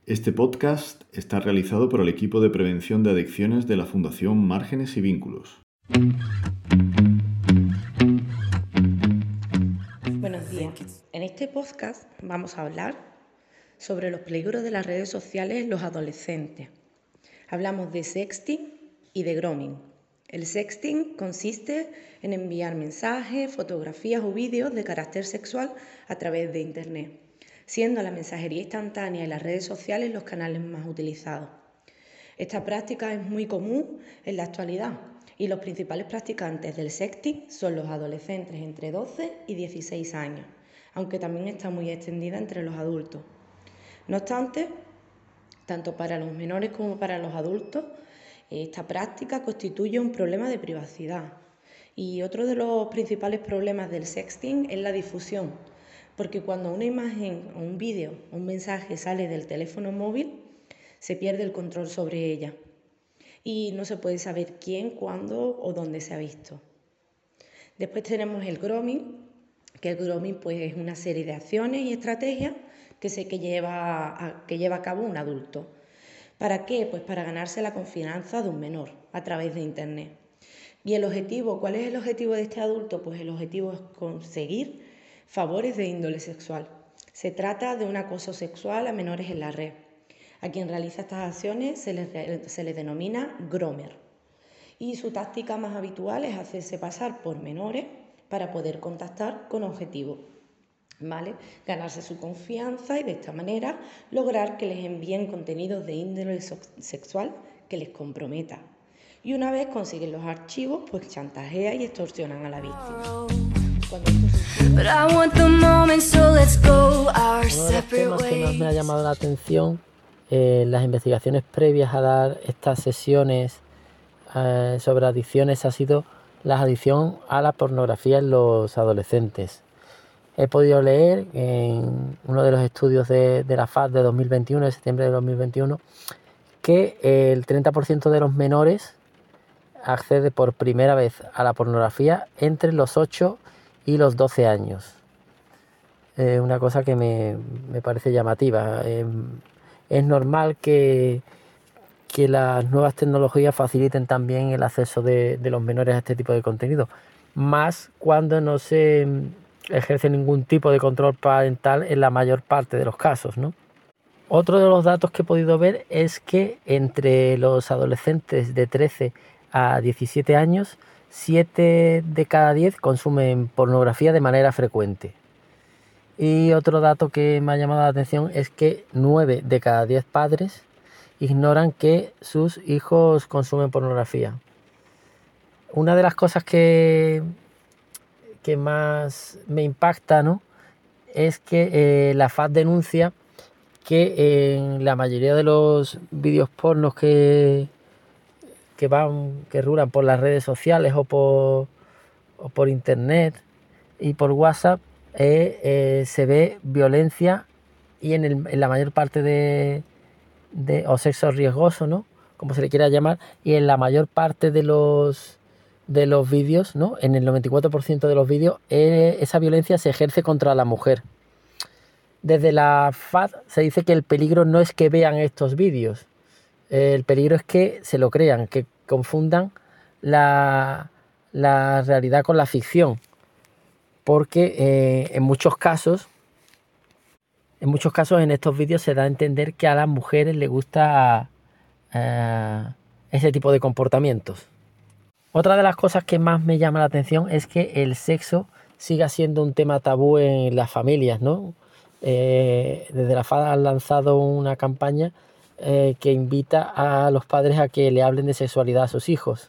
Este podcast está realizado por el equipo de prevención de adicciones de la Fundación Márgenes y Vínculos. Buenos días. En este podcast vamos a hablar sobre los peligros de las redes sociales en los adolescentes. Hablamos de sexting y de grooming. El sexting consiste en enviar mensajes, fotografías o vídeos de carácter sexual a través de Internet, siendo la mensajería instantánea y las redes sociales los canales más utilizados. Esta práctica es muy común en la actualidad y los principales practicantes del sexting son los adolescentes entre 12 y 16 años, aunque también está muy extendida entre los adultos. No obstante, tanto para los menores como para los adultos, esta práctica constituye un problema de privacidad. Y otro de los principales problemas del sexting es la difusión, porque cuando una imagen o un vídeo o un mensaje sale del teléfono móvil, se pierde el control sobre ella y no se puede saber quién, cuándo o dónde se ha visto. Después tenemos el grooming, que el grooming pues, es una serie de acciones y estrategias que lleva a cabo un adulto. ¿Para qué? Pues para ganarse la confianza de un menor a través de Internet. ¿Y el objetivo? ¿Cuál es el objetivo de este adulto? Pues el objetivo es conseguir favores de índole sexual. Se trata de un acoso sexual a menores en la red. A quien realiza estas acciones se le denomina groomer. Y su táctica más habitual es hacerse pasar por menores para poder contactar con objetivos, ¿vale? Ganarse su confianza y de esta manera lograr que les envíen contenidos de índole sexual que les comprometa. Y una vez consiguen los archivos, pues chantajean y extorsionan a la víctima. Uno de los temas que más me ha llamado la atención en las investigaciones previas a dar estas sesiones sobre adicciones ha sido la adicción a la pornografía en los adolescentes. He podido leer en uno de los estudios de la FAD de 2021, de septiembre de 2021, que el 30% de los menores accede por primera vez a la pornografía entre los 8 y los 12 años. Una cosa que me parece llamativa. Es normal que las nuevas tecnologías faciliten también el acceso de los menores a este tipo de contenido, más cuando no se ejerce ningún tipo de control parental en la mayor parte de los casos, ¿no? Otro de los datos que he podido ver es que entre los adolescentes de 13 a 17 años, 7 de cada 10 consumen pornografía de manera frecuente. Y otro dato que me ha llamado la atención es que 9 de cada 10 padres ignoran que sus hijos consumen pornografía. Una de las cosas que más me impacta, ¿no?, es que la FAD denuncia que en la mayoría de los vídeos pornos que rulan por las redes sociales o por internet y por WhatsApp se ve violencia y en la mayor parte o sexo riesgoso, ¿no?, como se le quiera llamar, y en la mayor parte de los vídeos, ¿no?, en el 94% de los vídeos, esa violencia se ejerce contra la mujer. Desde la FAD se dice que el peligro no es que vean estos vídeos, el peligro es que se lo crean, que confundan la realidad con la ficción, porque en muchos casos en estos vídeos se da a entender que a las mujeres les gusta ese tipo de comportamientos. Otra de las cosas que más me llama la atención es que el sexo siga siendo un tema tabú en las familias, ¿no? Desde la FAD han lanzado una campaña que invita a los padres a que le hablen de sexualidad a sus hijos.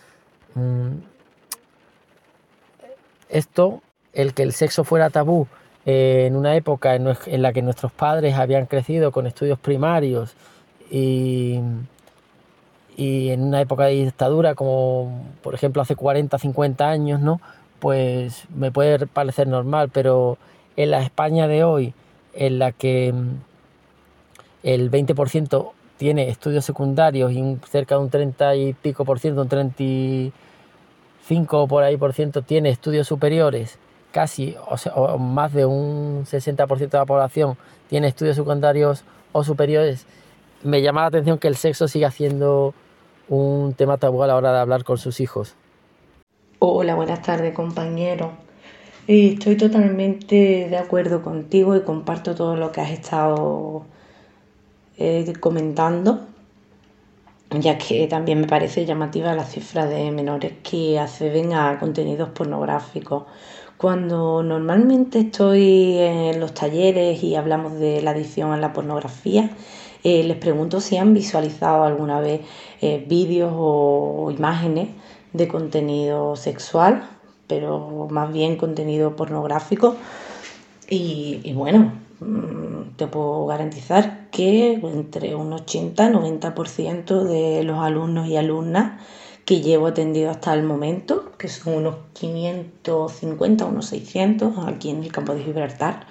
El que el sexo fuera tabú en una época en la que nuestros padres habían crecido con estudios primarios y en una época de dictadura, como por ejemplo hace 40, 50 años, ¿no?, pues me puede parecer normal, pero en la España de hoy, en la que el 20% tiene estudios secundarios y cerca de un 30 y pico por ciento, un 35 por ahí por ciento tiene estudios superiores, casi, o más de un 60% de la población tiene estudios secundarios o superiores, me llama la atención que el sexo siga siendo un tema tabú a la hora de hablar con sus hijos. Hola, buenas tardes, compañero. Estoy totalmente de acuerdo contigo y comparto todo lo que has estado comentando, ya que también me parece llamativa la cifra de menores que acceden a contenidos pornográficos. Cuando normalmente estoy en los talleres y hablamos de la adicción a la pornografía, les pregunto si han visualizado alguna vez vídeos o imágenes de contenido sexual, pero más bien contenido pornográfico. Y bueno, te puedo garantizar que entre un 80-90% de los alumnos y alumnas que llevo atendido hasta el momento, que son unos 550, unos 600 aquí en el campo de Gibraltar,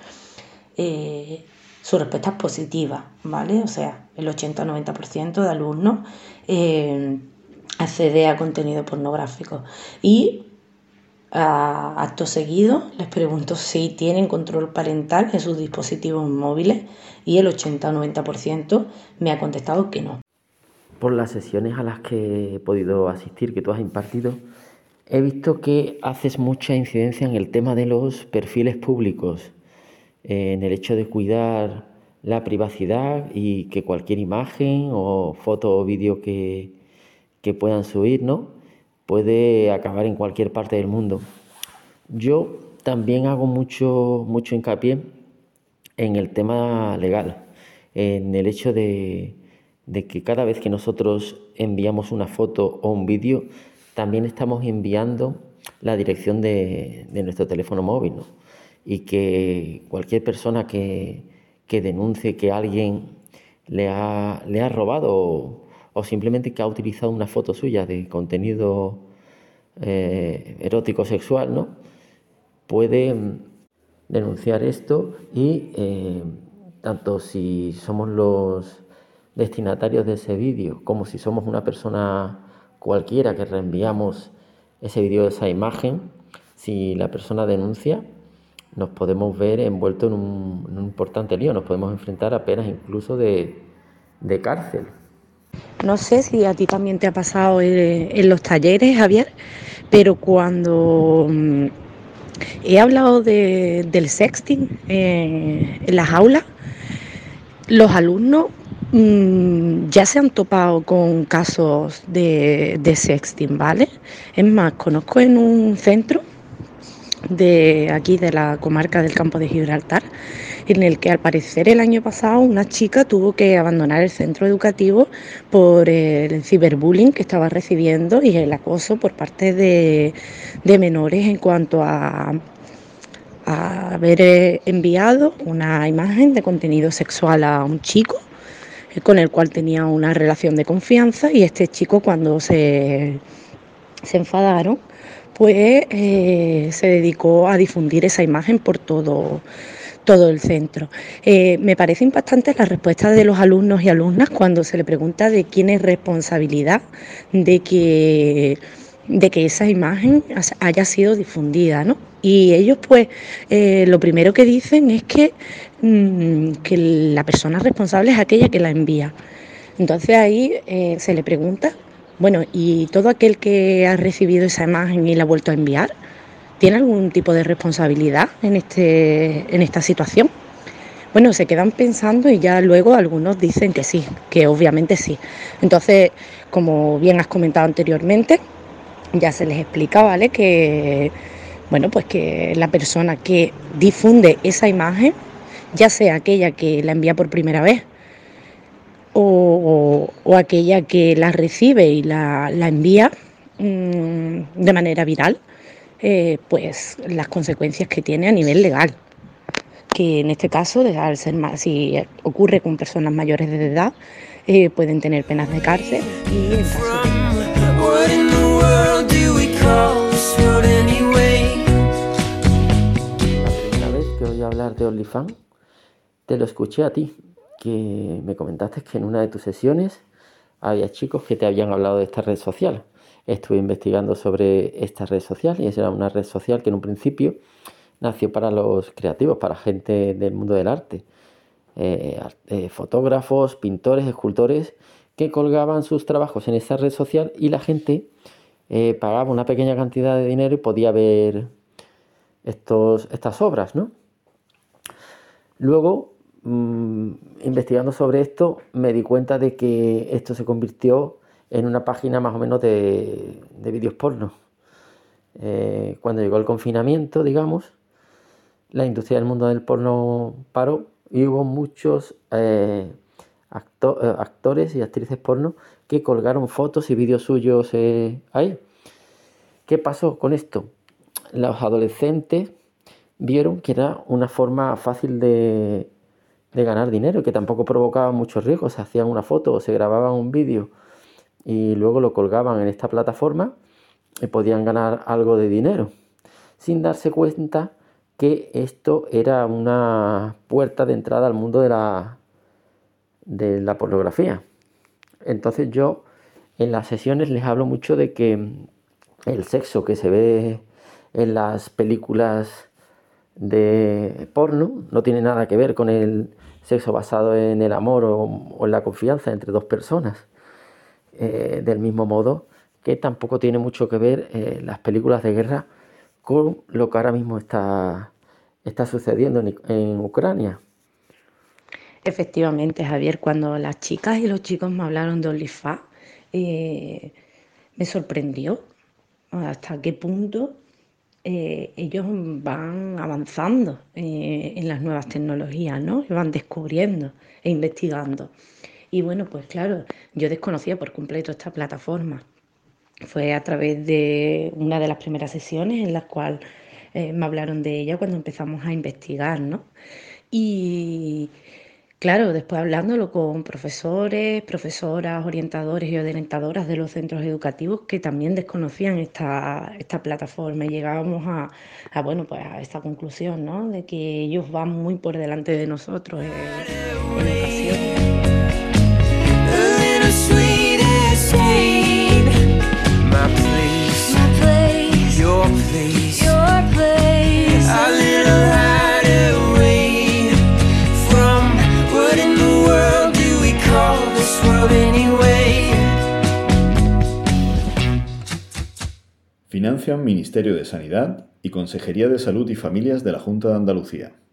su respuesta es positiva, ¿vale? O sea, el 80-90% de alumnos accede a contenido pornográfico. Y acto seguido les pregunto si tienen control parental en sus dispositivos móviles y el 80-90% me ha contestado que no. Por las sesiones a las que he podido asistir, que tú has impartido, he visto que haces mucha incidencia en el tema de los perfiles públicos, en el hecho de cuidar la privacidad y que cualquier imagen o foto o vídeo que puedan subir, ¿no?, puede acabar en cualquier parte del mundo. Yo también hago mucho hincapié en el tema legal, en el hecho de que cada vez que nosotros enviamos una foto o un vídeo, también estamos enviando la dirección de nuestro teléfono móvil, ¿no? Y que cualquier persona que denuncie que alguien le ha robado o simplemente que ha utilizado una foto suya de contenido erótico sexual, ¿no?, puede denunciar esto y tanto si somos los destinatarios de ese vídeo como si somos una persona cualquiera que reenviamos ese vídeo, esa imagen, si la persona denuncia, nos podemos ver envueltos en un importante lío, nos podemos enfrentar a penas incluso de cárcel. No sé si a ti también te ha pasado en los talleres, Javier, pero cuando he hablado del sexting en las aulas, los alumnos ya se han topado con casos de sexting, ¿vale? Es más, conozco en un centro de aquí de la comarca del Campo de Gibraltar, en el que al parecer el año pasado una chica tuvo que abandonar el centro educativo por el ciberbullying que estaba recibiendo y el acoso por parte de menores en cuanto a haber enviado una imagen de contenido sexual a un chico con el cual tenía una relación de confianza, y este chico, cuando se enfadaron, pues se dedicó a difundir esa imagen por todo el centro. Me parece impactante la respuesta de los alumnos y alumnas cuando se le pregunta de quién es responsabilidad de que esa imagen haya sido difundida, ¿no? Y ellos pues lo primero que dicen es que la persona responsable es aquella que la envía. Entonces ahí se le pregunta, bueno, ¿y todo aquel que ha recibido esa imagen y la ha vuelto a enviar tiene algún tipo de responsabilidad en esta situación? Bueno, se quedan pensando y ya luego algunos dicen que sí, que obviamente sí. Entonces, como bien has comentado anteriormente, ya se les explica, ¿vale?, que bueno, pues que la persona que difunde esa imagen, ya sea aquella que la envía por primera vez o aquella que la recibe y la envía de manera viral, pues las consecuencias que tiene a nivel legal, que en este caso, al ser más, si ocurre con personas mayores de edad, pueden tener penas de cárcel y en caso La primera vez que oí hablar de OnlyFans, te lo escuché a ti, que me comentaste que en una de tus sesiones había chicos que te habían hablado de esta red social. Estuve investigando sobre esta red social y era una red social que en un principio nació para los creativos, para gente del mundo del arte. fotógrafos, pintores, escultores, que colgaban sus trabajos en esa red social y la gente pagaba una pequeña cantidad de dinero y podía ver estas obras, ¿no? Luego, investigando sobre esto, me di cuenta de que esto se convirtió en una página más o menos de vídeos porno. Cuando llegó el confinamiento, digamos, la industria del mundo del porno paró y hubo muchos actores y actrices porno que colgaron fotos y vídeos suyos ahí. ¿Qué pasó con esto? Los adolescentes vieron que era una forma fácil de ganar dinero, que tampoco provocaba muchos riesgos. Se hacían una foto o se grababan un vídeo y luego lo colgaban en esta plataforma y podían ganar algo de dinero, sin darse cuenta que esto era una puerta de entrada al mundo de la pornografía. Entonces yo en las sesiones les hablo mucho de que el sexo que se ve en las películas de porno no tiene nada que ver con el sexo basado en el amor o en la confianza entre dos personas. Del mismo modo que tampoco tiene mucho que ver las películas de guerra con lo que ahora mismo está sucediendo en Ucrania. Efectivamente, Javier, cuando las chicas y los chicos me hablaron de OnlyFans, me sorprendió hasta qué punto ellos van avanzando en las nuevas tecnologías, ¿no? Que van descubriendo e investigando. Y bueno, pues claro, yo desconocía por completo esta plataforma. Fue a través de una de las primeras sesiones en las cuales me hablaron de ella cuando empezamos a investigar, ¿no? Y claro, después hablándolo con profesores, profesoras, orientadores y orientadoras de los centros educativos que también desconocían esta plataforma, y llegábamos a esta conclusión, ¿no? De que ellos van muy por delante de nosotros en ocasiones. Financian Ministerio de Sanidad y Consejería de Salud y Familias de la Junta de Andalucía.